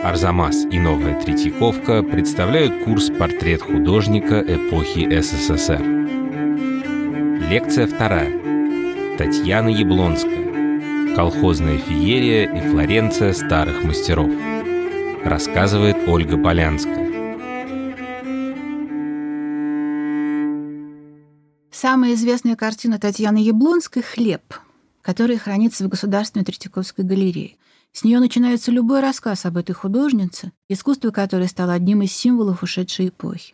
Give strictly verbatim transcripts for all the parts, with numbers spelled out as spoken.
Арзамас и Новая Третьяковка представляют курс «Портрет художника эпохи СССР». Лекция вторая. Татьяна Яблонская. Колхозная феерия и Флоренция старых мастеров. Рассказывает Ольга Полянская. Самая известная картина Татьяны Яблонской — «Хлеб», который хранится в Государственной Третьяковской галерее. С нее начинается любой рассказ об этой художнице, искусство которой стало одним из символов ушедшей эпохи.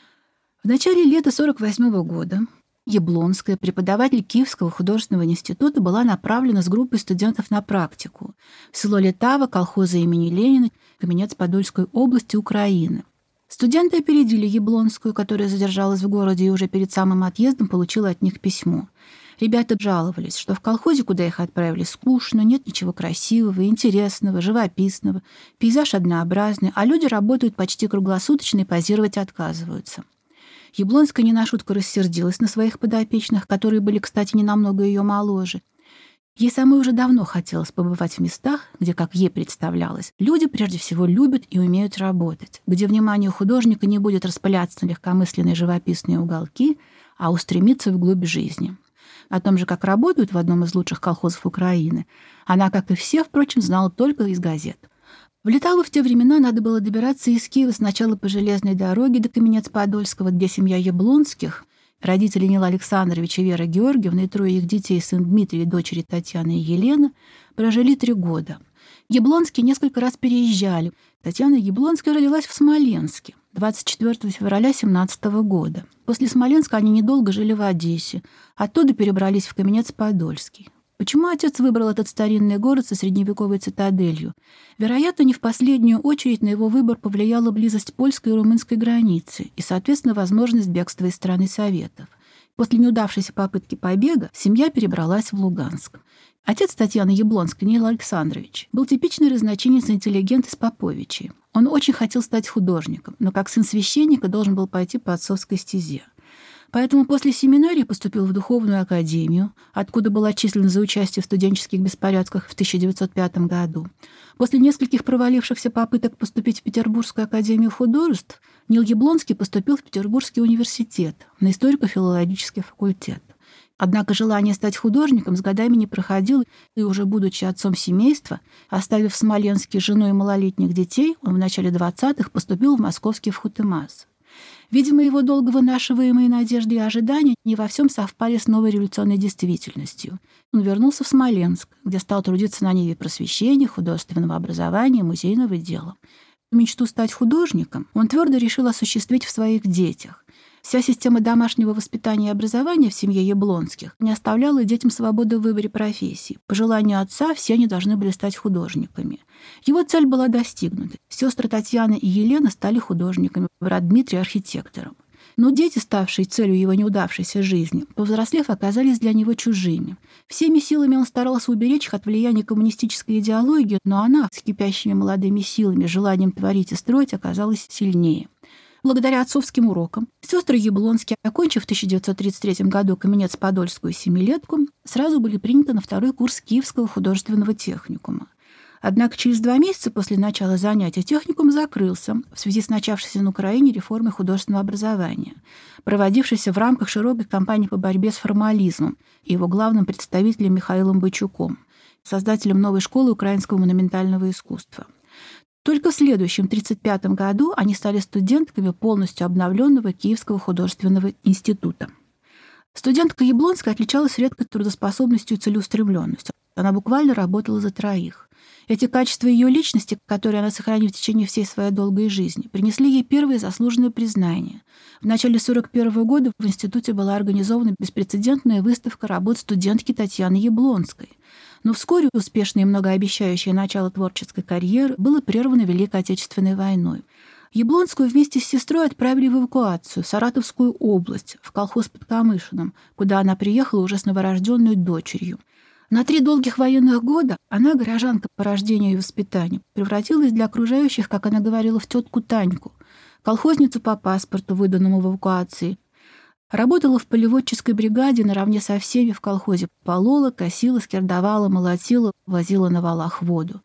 В начале лета сорок восьмого года Яблонская, преподаватель Киевского художественного института, была направлена с группой студентов на практику в село Летава колхоза имени Ленина, Каменец-Подольской области, Украины. Студенты опередили Яблонскую, которая задержалась в городе и уже перед самым отъездом получила от них письмо. Ребята жаловались, что в колхозе, куда их отправили, скучно, нет ничего красивого, интересного, живописного, пейзаж однообразный, а люди работают почти круглосуточно и позировать отказываются. Яблонская не на шутку рассердилась на своих подопечных, которые были, кстати, не намного ее моложе. Ей самой уже давно хотелось побывать в местах, где, как ей представлялось, люди прежде всего любят и умеют работать, где внимание художника не будет распыляться на легкомысленные живописные уголки, а устремиться вглубь жизни. О том же, как работают в одном из лучших колхозов Украины, она, как и все, впрочем, знала только из газет. В Летаву в те времена надо было добираться из Киева сначала по железной дороге до Каменец-Подольского, где семья Яблонских, родители Нила Александровича и Вера Георгиевна и трое их детей, сын Дмитрий и дочери Татьяна и Елена, прожили три года. Яблонские несколько раз переезжали. Татьяна Яблонская родилась в Смоленске двадцать четвёртого февраля семнадцатого года. После Смоленска они недолго жили в Одессе. Оттуда перебрались в Каменец-Подольский. Почему отец выбрал этот старинный город со средневековой цитаделью? Вероятно, не в последнюю очередь на его выбор повлияла близость польской и румынской границы и, соответственно, возможность бегства из страны Советов. После неудавшейся попытки побега семья перебралась в Луганск. Отец Татьяны Яблонской, Нил Александрович, был типичный разночинец и интеллигент из Поповичей. Он очень хотел стать художником, но как сын священника должен был пойти по отцовской стезе. Поэтому после семинарии поступил в духовную академию, откуда был отчислен за участие в студенческих беспорядках в тысяча девятьсот пятом году. После нескольких провалившихся попыток поступить в Петербургскую академию художеств, Нил Яблонский поступил в Петербургский университет на историко-филологический факультет. Однако желание стать художником с годами не проходило, и уже будучи отцом семейства, оставив в Смоленске жену и малолетних детей, он в начале двадцатых поступил в московский ВХУТЭМАС. Видимо, его долго вынашиваемые надежды и ожидания не во всем совпали с новой революционной действительностью. Он вернулся в Смоленск, где стал трудиться на ниве просвещения, художественного образования, музейного дела. Мечту стать художником он твердо решил осуществить в своих детях. Вся система домашнего воспитания и образования в семье Яблонских не оставляла детям свободы в выборе профессии. По желанию отца все они должны были стать художниками. Его цель была достигнута. Сестры Татьяна и Елена стали художниками, брат Дмитрий — архитектором. Но дети, ставшие целью его неудавшейся жизни, повзрослев, оказались для него чужими. Всеми силами он старался уберечь их от влияния коммунистической идеологии, но она, с кипящими молодыми силами, желанием творить и строить, оказалась сильнее. Благодаря отцовским урокам сестры Яблонские, окончив в тысяча девятьсот тридцать третьем году Каменец-Подольскую семилетку, сразу были приняты на второй курс Киевского художественного техникума. Однако через два месяца после начала занятий техникум закрылся в связи с начавшейся на Украине реформой художественного образования, проводившейся в рамках широкой кампании по борьбе с формализмом и его главным представителем Михаилом Бойчуком, создателем новой школы украинского монументального искусства. Только в следующем, тридцать пятом году, они стали студентками полностью обновленного Киевского художественного института. Студентка Яблонская отличалась редкой трудоспособностью и целеустремленностью. Она буквально работала за троих. Эти качества ее личности, которые она сохранила в течение всей своей долгой жизни, принесли ей первое заслуженное признание. В начале сорок первого года в институте была организована беспрецедентная выставка работ студентки Татьяны Яблонской. Но вскоре успешное и многообещающее начало творческой карьеры было прервано Великой Отечественной войной. Яблонскую вместе с сестрой отправили в эвакуацию в Саратовскую область, в колхоз под Камышином, куда она приехала уже с новорожденной дочерью. На три долгих военных года она, горожанка по рождению и воспитанию, превратилась для окружающих, как она говорила, в тетку Таньку, колхозницу по паспорту, выданному в эвакуации. Работала в полеводческой бригаде наравне со всеми в колхозе. Полола, косила, скирдовала, молотила, возила на валах воду.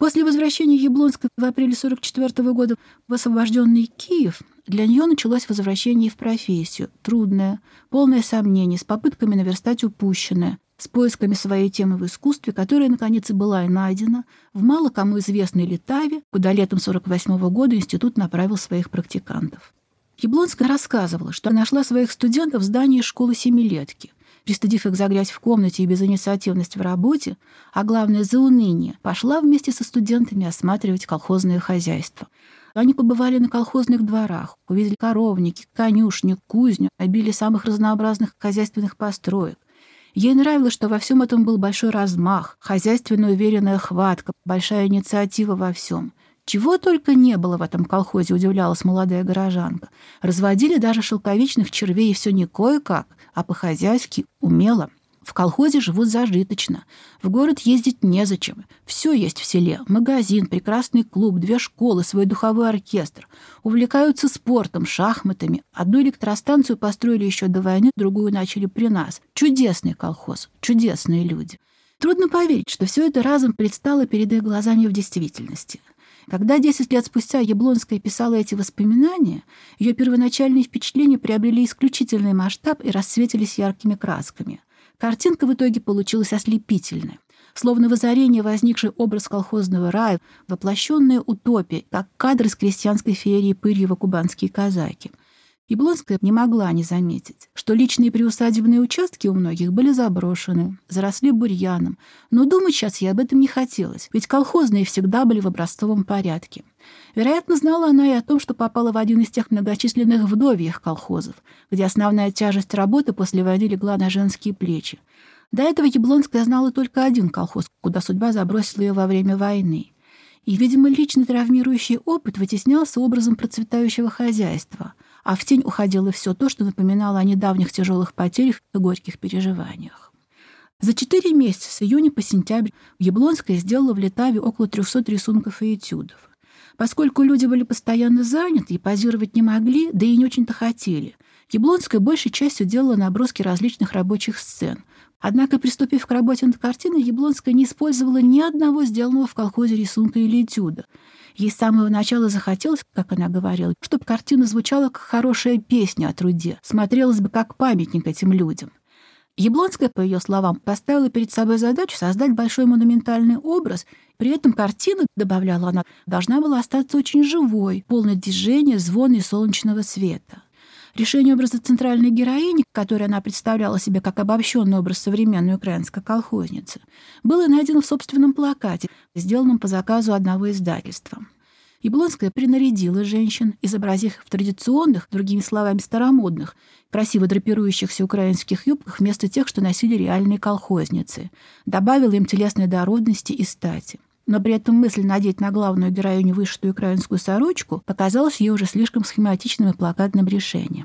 После возвращения Яблонской в апреле сорок четвёртого года в освобожденный Киев для нее началось возвращение в профессию, трудное, полное сомнений, с попытками наверстать упущенное, с поисками своей темы в искусстве, которая, наконец, и была и найдена в мало кому известной Литаве, куда летом сорок восьмого года институт направил своих практикантов. Яблонская рассказывала, что нашла своих студентов в здании школы семилетки. Пристыдив их за грязь в комнате и безинициативность в работе, а главное, за уныние, пошла вместе со студентами осматривать колхозное хозяйство. Они побывали на колхозных дворах, увидели коровники, конюшню, кузню, обилие самых разнообразных хозяйственных построек. Ей нравилось, что во всем этом был большой размах, хозяйственная уверенная хватка, большая инициатива во всем. Чего только не было в этом колхозе, удивлялась молодая горожанка. Разводили даже шелковичных червей, и все не кое-как, а по-хозяйски, умело. В колхозе живут зажиточно. В город ездить незачем. Все есть в селе. Магазин, прекрасный клуб, две школы, свой духовой оркестр. Увлекаются спортом, шахматами. Одну электростанцию построили еще до войны, другую начали при нас. Чудесный колхоз, чудесные люди. Трудно поверить, что все это разом предстало перед их глазами в действительности. Когда десять лет спустя Яблонская писала эти воспоминания, ее первоначальные впечатления приобрели исключительный масштаб и расцветились яркими красками. Картинка в итоге получилась ослепительная. Словно в озарении возникший образ колхозного рая, воплощенная утопия, как кадр из крестьянской феерии Пырьева «Кубанские казаки». Яблонская не могла не заметить, что личные приусадебные участки у многих были заброшены, заросли бурьяном. Но думать сейчас ей об этом не хотелось, ведь колхозные всегда были в образцовом порядке. Вероятно, знала она и о том, что попала в один из тех многочисленных вдовьих колхозов, где основная тяжесть работы после войны легла на женские плечи. До этого Яблонская знала только один колхоз, куда судьба забросила ее во время войны. И, видимо, личный травмирующий опыт вытеснялся образом процветающего хозяйства, а в тень уходило все то, что напоминало о недавних тяжелых потерях и горьких переживаниях. За четыре месяца, с июня по сентябрь, Яблонская сделала в Литаве около трехсот рисунков и этюдов. Поскольку люди были постоянно заняты и позировать не могли, да и не очень-то хотели, Яблонская большей частью делала наброски различных рабочих сцен. Однако, приступив к работе над картиной, Яблонская не использовала ни одного сделанного в колхозе рисунка или этюда. Ей с самого начала захотелось, как она говорила, чтобы картина звучала как хорошая песня о труде, смотрелась бы как памятник этим людям. Яблонская, по ее словам, поставила перед собой задачу создать большой монументальный образ, при этом картина, добавляла она, должна была остаться очень живой, полной движения, звона и солнечного света. Решение образа центральной героини, которую она представляла себе как обобщенный образ современной украинской колхозницы, было найдено в собственном плакате, сделанном по заказу одного издательства. Яблонская принарядила женщин, изобразив их в традиционных, другими словами, старомодных, красиво драпирующихся украинских юбках вместо тех, что носили реальные колхозницы, добавила им телесной дородности и стати. Но при этом мысль надеть на главную героиню вышитую украинскую сорочку показалась ей уже слишком схематичным и плакатным решением.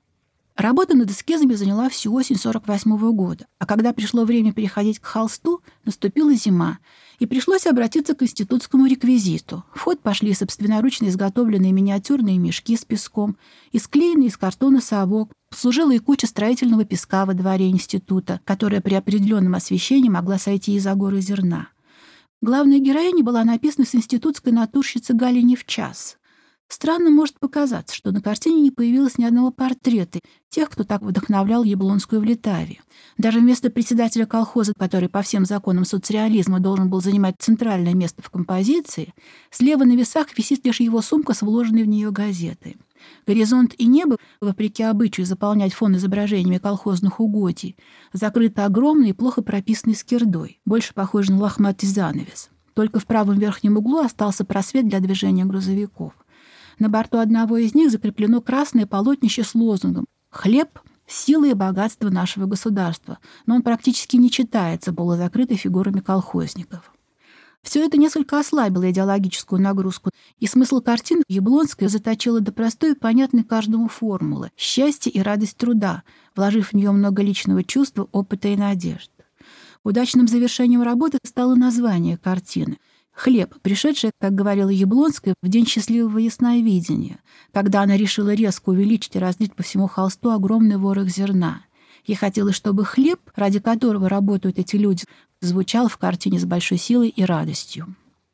Работа над эскизами заняла всю осень сорок восьмого года, а когда пришло время переходить к холсту, наступила зима, и пришлось обратиться к институтскому реквизиту. В ход пошли собственноручно изготовленные миниатюрные мешки с песком и склеенный из картона совок. Служила и куча строительного песка во дворе института, которая при определенном освещении могла сойти из-за горы зерна. Главная героиня была написана с институтской натурщицы Гали Невчас. Странно может показаться, что на картине не появилось ни одного портрета тех, кто так вдохновлял Яблонскую в Литаве. Даже вместо председателя колхоза, который по всем законам соцреализма должен был занимать центральное место в композиции, слева на весах висит лишь его сумка с вложенной в нее газетой. Горизонт и небо, вопреки обычаю заполнять фон изображениями колхозных угодий, закрыто огромной и плохо прописанной скирдой, больше похожей на лохматый занавес. Только в правом верхнем углу остался просвет для движения грузовиков. На борту одного из них закреплено красное полотнище с лозунгом «Хлеб – сила и богатство нашего государства», но он практически не читается, полузакрытой фигурами колхозников. Все это несколько ослабило идеологическую нагрузку, и смысл картины Яблонская заточила до простой и понятной каждому формулы – счастье и радость труда, вложив в нее много личного чувства, опыта и надежд. Удачным завершением работы стало название картины – «Хлеб», пришедший, как говорила Яблонская, в день счастливого ясновидения, когда она решила резко увеличить и разлить по всему холсту огромный ворох зерна. Ей хотелось, чтобы хлеб, ради которого работают эти люди, звучал в картине с большой силой и радостью.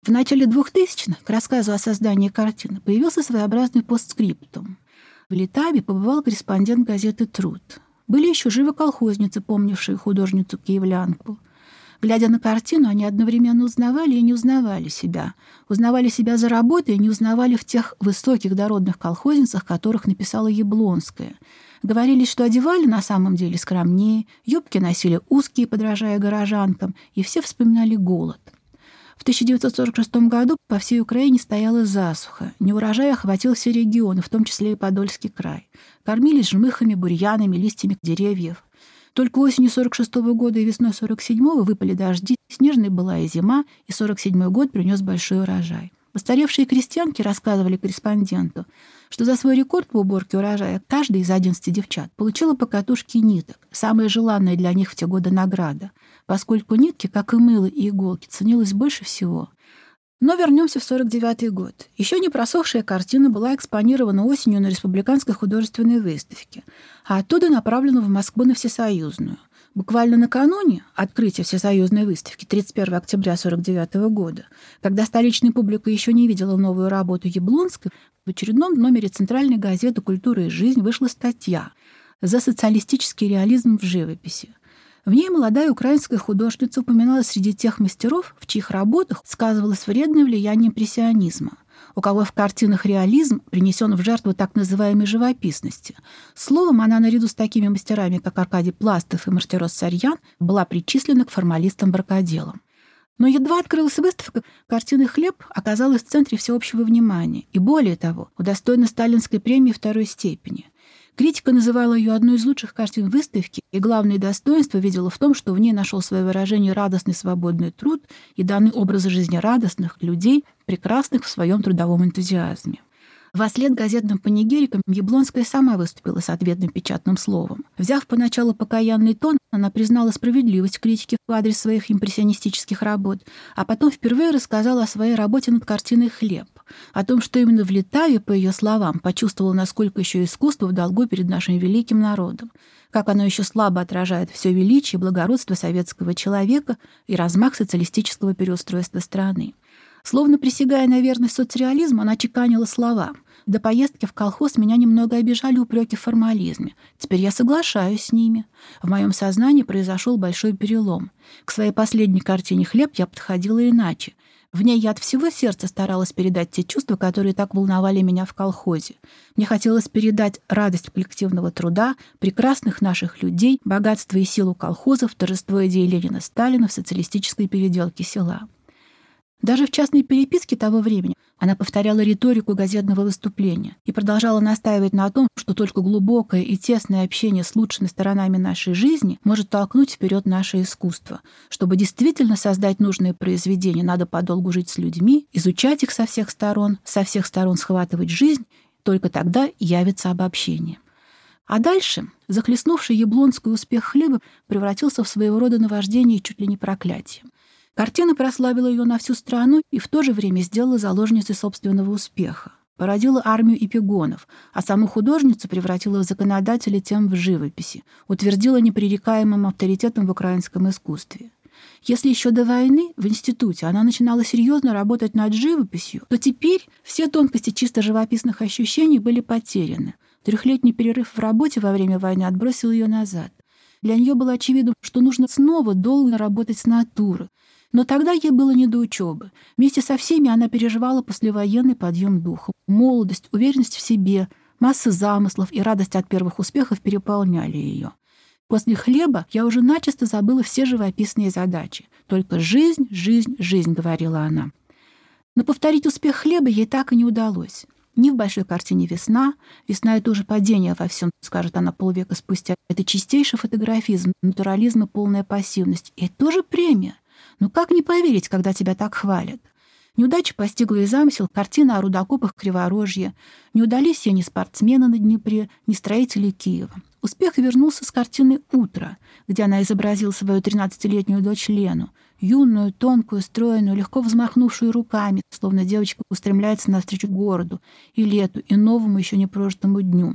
В начале двухтысячных к рассказу о создании картины появился своеобразный постскриптум. В Литаве побывал корреспондент газеты «Труд». Были еще живы колхозницы, помнившие художницу-киевлянку. Глядя на картину, они одновременно узнавали и не узнавали себя. Узнавали себя за работой и не узнавали в тех высоких дородных колхозницах, которых написала Яблонская. Говорили, что одевали на самом деле скромнее, юбки носили узкие, подражая горожанкам, и все вспоминали голод. В тысяча девятьсот сорок шестом году по всей Украине стояла засуха. Неурожай охватил все регионы, в том числе и Подольский край. Кормились жмыхами, бурьянами, листьями деревьев. Только осенью сорок шестого года и весной сорок седьмого выпали дожди, снежной была и зима, и сорок седьмой год принес большой урожай. Постаревшие крестьянки рассказывали корреспонденту, что за свой рекорд по уборке урожая каждая из одиннадцати девчат получила по катушке ниток, самая желанная для них в те годы награда, поскольку нитки, как и мыло и иголки, ценилось больше всего. Но вернемся в сорок девятый год. Еще не просохшая картина была экспонирована осенью на Республиканской художественной выставке, а оттуда направлена в Москву на Всесоюзную. Буквально накануне открытия Всесоюзной выставки тридцать первого октября сорок девятого года, когда столичная публика еще не видела новую работу Яблонской, в очередном номере центральной газеты «Культура и жизнь» вышла статья «За социалистический реализм в живописи». В ней молодая украинская художница упоминала среди тех мастеров, в чьих работах сказывалось вредное влияние импрессионизма, у кого в картинах реализм принесен в жертву так называемой живописности. Словом, она наряду с такими мастерами, как Аркадий Пластов и Мартирос Сарьян, была причислена к формалистам-бракоделам. Но едва открылась выставка, картина «Хлеб» оказалась в центре всеобщего внимания и, более того, удостоена сталинской премии второй степени. Критика называла ее одной из лучших картин выставки, и главное достоинство видела в том, что в ней нашел свое выражение радостный свободный труд и даны образы жизнерадостных людей, прекрасных в своем трудовом энтузиазме. Вслед газетным панигирикам Яблонская сама выступила с ответным печатным словом. Взяв поначалу покаянный тон, она признала справедливость критики в адрес своих импрессионистических работ, а потом впервые рассказала о своей работе над картиной «Хлеб», о том, что именно в Литаве, по ее словам, почувствовала, насколько еще искусство в долгу перед нашим великим народом, как оно еще слабо отражает все величие и благородство советского человека и размах социалистического переустройства страны. Словно присягая на верность соцреализму, она чеканила слова: «До поездки в колхоз меня немного обижали упреки в формализме. Теперь я соглашаюсь с ними. В моем сознании произошел большой перелом. К своей последней картине «Хлеб» я подходила иначе. В ней я от всего сердца старалась передать те чувства, которые так волновали меня в колхозе. Мне хотелось передать радость коллективного труда, прекрасных наших людей, богатство и силу колхозов, торжество идеи Ленина-Сталина в социалистической переделке села». Даже в частной переписке того времени она повторяла риторику газетного выступления и продолжала настаивать на том, что только глубокое и тесное общение с лучшими сторонами нашей жизни может толкнуть вперед наше искусство. Чтобы действительно создать нужные произведения, надо подолгу жить с людьми, изучать их со всех сторон, со всех сторон схватывать жизнь, только тогда явится обобщение. А дальше захлестнувший Яблонскую успех «Хлеба» превратился в своего рода наваждение и чуть ли не проклятие. Картина прославила ее на всю страну и в то же время сделала заложницей собственного успеха. Породила армию эпигонов, а саму художницу превратила в законодателя тем в живописи, утвердила непререкаемым авторитетом в украинском искусстве. Если еще до войны в институте она начинала серьезно работать над живописью, то теперь все тонкости чисто живописных ощущений были потеряны. Трехлетний перерыв в работе во время войны отбросил ее назад. Для нее было очевидно, что нужно снова долго работать с натурой. Но тогда ей было не до учебы. Вместе со всеми она переживала послевоенный подъем духа. Молодость, уверенность в себе, масса замыслов и радость от первых успехов переполняли ее. После «Хлеба» я уже начисто забыла все живописные задачи. Только жизнь, жизнь, жизнь, говорила она. Но повторить успех «Хлеба» ей так и не удалось. Ни в большой картине «Весна». «Весна» — это уже падение во всем, скажет она полвека спустя. Это чистейший фотографизм, натурализм и полная пассивность. И это тоже премия. Ну как не поверить, когда тебя так хвалят? Неудача постигла и замысел, картина о рудокопах Криворожья. Не удались ей ни спортсмены на Днепре, ни строители Киева. Успех вернулся с картины «Утро», где она изобразила свою тринадцатилетнюю дочь Лену, юную, тонкую, стройную, легко взмахнувшую руками, словно девочка устремляется навстречу городу и лету, и новому еще не прожитому дню.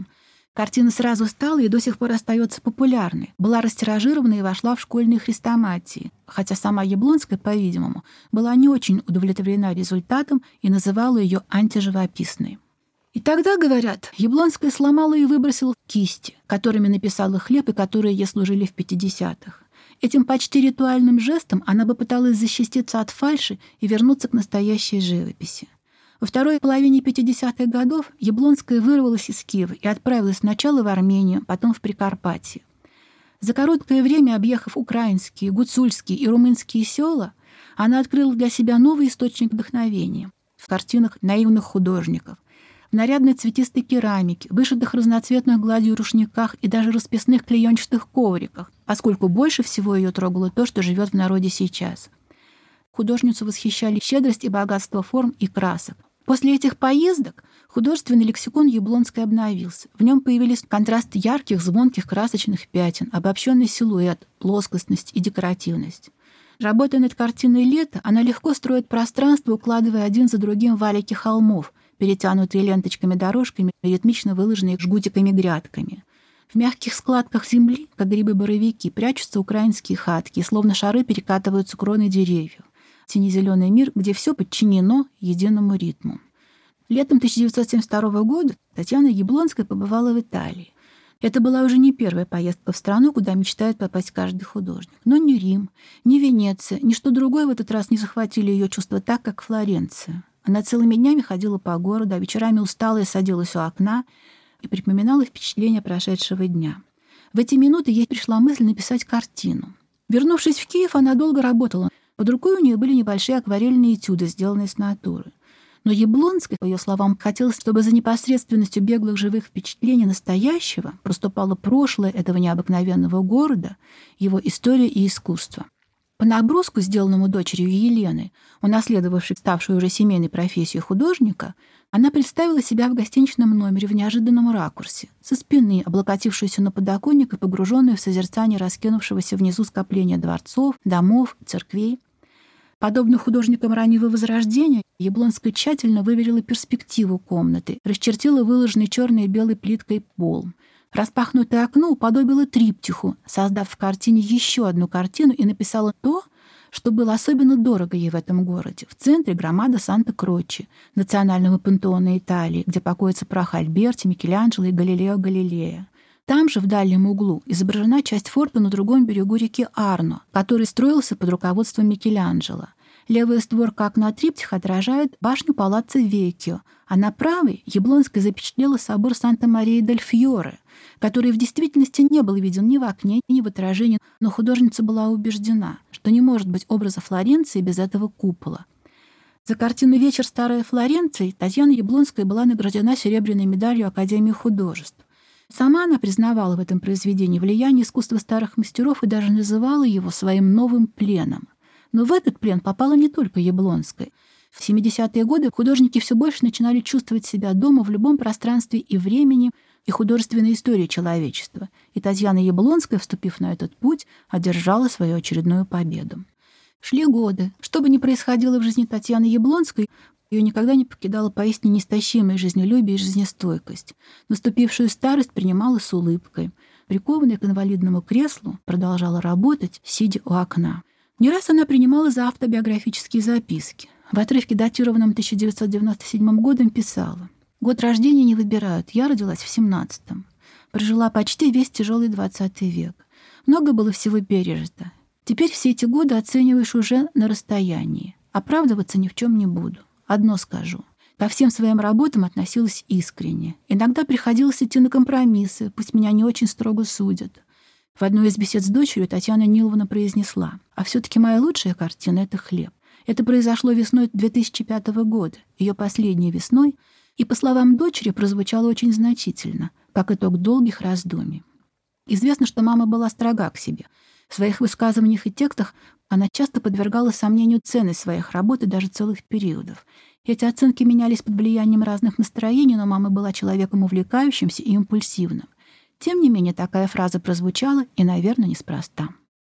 Картина сразу стала и до сих пор остается популярной, была растиражирована и вошла в школьные хрестоматии, хотя сама Яблонская, по-видимому, была не очень удовлетворена результатом и называла ее антиживописной. И тогда, говорят, Яблонская сломала и выбросила кисти, которыми написала «Хлеб» и которые ей служили в пятидесятых. Этим почти ритуальным жестом она попыталась защититься от фальши и вернуться к настоящей живописи. Во второй половине пятидесятых годов Яблонская вырвалась из Киева и отправилась сначала в Армению, потом в Прикарпатье. За короткое время, объехав украинские, гуцульские и румынские села, она открыла для себя новый источник вдохновения в картинах наивных художников, в нарядной цветистой керамике, вышитых разноцветных гладью рушниках и даже расписных клеенчатых ковриках, поскольку больше всего ее трогало то, что живет в народе сейчас. Художницу восхищали щедрость и богатство форм и красок. После этих поездок художественный лексикон Яблонской обновился. В нем появились контрасты ярких, звонких, красочных пятен, обобщенный силуэт, плоскостность и декоративность. Работая над картиной «Лето», она легко строит пространство, укладывая один за другим валики холмов, перетянутые ленточками-дорожками, ритмично выложенные жгутиками-грядками. В мягких складках земли, как грибы-боровики, прячутся украинские хатки, и словно шары перекатываются кроны деревьев. Сине-зеленый мир, где все подчинено единому ритму. Летом тысяча девятьсот семьдесят второго года Татьяна Яблонская побывала в Италии. Это была уже не первая поездка в страну, куда мечтает попасть каждый художник. Но ни Рим, ни Венеция, ни что другое в этот раз не захватили ее чувства так, как Флоренция. Она целыми днями ходила по городу, а вечерами усталая садилась у окна и припоминала впечатления прошедшего дня. В эти минуты ей пришла мысль написать картину. Вернувшись в Киев, она долго работала. Под рукой у нее были небольшие акварельные этюды, сделанные с натуры. Но Яблонской, по ее словам, хотелось, чтобы за непосредственностью беглых живых впечатлений настоящего проступало прошлое этого необыкновенного города, его история и искусство. По наброску, сделанному дочерью Елены, унаследовавшей ставшую уже семейной профессию художника, она представила себя в гостиничном номере в неожиданном ракурсе, со спины, облокотившуюся на подоконник и погруженную в созерцание раскинувшегося внизу скопления дворцов, домов, церквей. Подобно художникам раннего Возрождения, Яблонская тщательно выверила перспективу комнаты, расчертила выложенный черной и белой плиткой пол. Распахнутое окно уподобило триптиху, создав в картине еще одну картину и написала то, что было особенно дорого ей в этом городе. В центре громада Санта-Кроче, национального пантеона Италии, где покоится прах Альберти, Микеланджело и Галилео Галилея. Там же, в дальнем углу, изображена часть форта на другом берегу реки Арно, который строился под руководством Микеланджело. Левая створка окна триптиха отражает башню палаццо Веккио, а на правой Яблонская запечатлела собор Санта-Мария-дель-Фьоре, который в действительности не был виден ни в окне, ни в отражении, но художница была убеждена, что не может быть образа Флоренции без этого купола. За картину «Вечер старой Флоренции» Татьяна Яблонская была награждена серебряной медалью Академии художеств. Сама она признавала в этом произведении влияние искусства старых мастеров и даже называла его своим новым пленом. Но в этот плен попала не только Яблонская. В семидесятые годы художники все больше начинали чувствовать себя дома в любом пространстве и времени, и художественной истории человечества. И Татьяна Яблонская, вступив на этот путь, одержала свою очередную победу. Шли годы. Что бы ни происходило в жизни Татьяны Яблонской, ее никогда не покидала поистине неистощимое жизнелюбие и жизнестойкость. Наступившую старость принимала с улыбкой. Прикованная к инвалидному креслу, продолжала работать, сидя у окна. Не раз она принимала за автобиографические записки. В отрывке, датированном тысяча девятьсот девяносто седьмым годом, писала: «Год рождения не выбирают. Я родилась в семнадцатом. Прожила почти весь тяжелый двадцатый век. Много было всего пережито. Теперь все эти годы оцениваешь уже на расстоянии. Оправдываться ни в чем не буду. Одно скажу. Ко всем своим работам относилась искренне. Иногда приходилось идти на компромиссы, пусть меня не очень строго судят». В одной из бесед с дочерью Татьяна Ниловна произнесла: «А все-таки моя лучшая картина — это «Хлеб». Это произошло весной две тысячи пятого года, ее последней весной, и, по словам дочери, прозвучало очень значительно, как итог долгих раздумий. Известно, что мама была строга к себе. В своих высказываниях и текстах она часто подвергала сомнению ценность своих работ и даже целых периодов. Эти оценки менялись под влиянием разных настроений, но мама была человеком увлекающимся и импульсивным. Тем не менее, такая фраза прозвучала и, наверное, неспроста.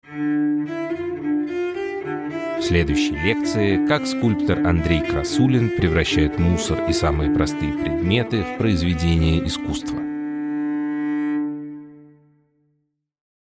В следующей лекции «Как скульптор Андрей Красулин превращает мусор и самые простые предметы в произведение искусства».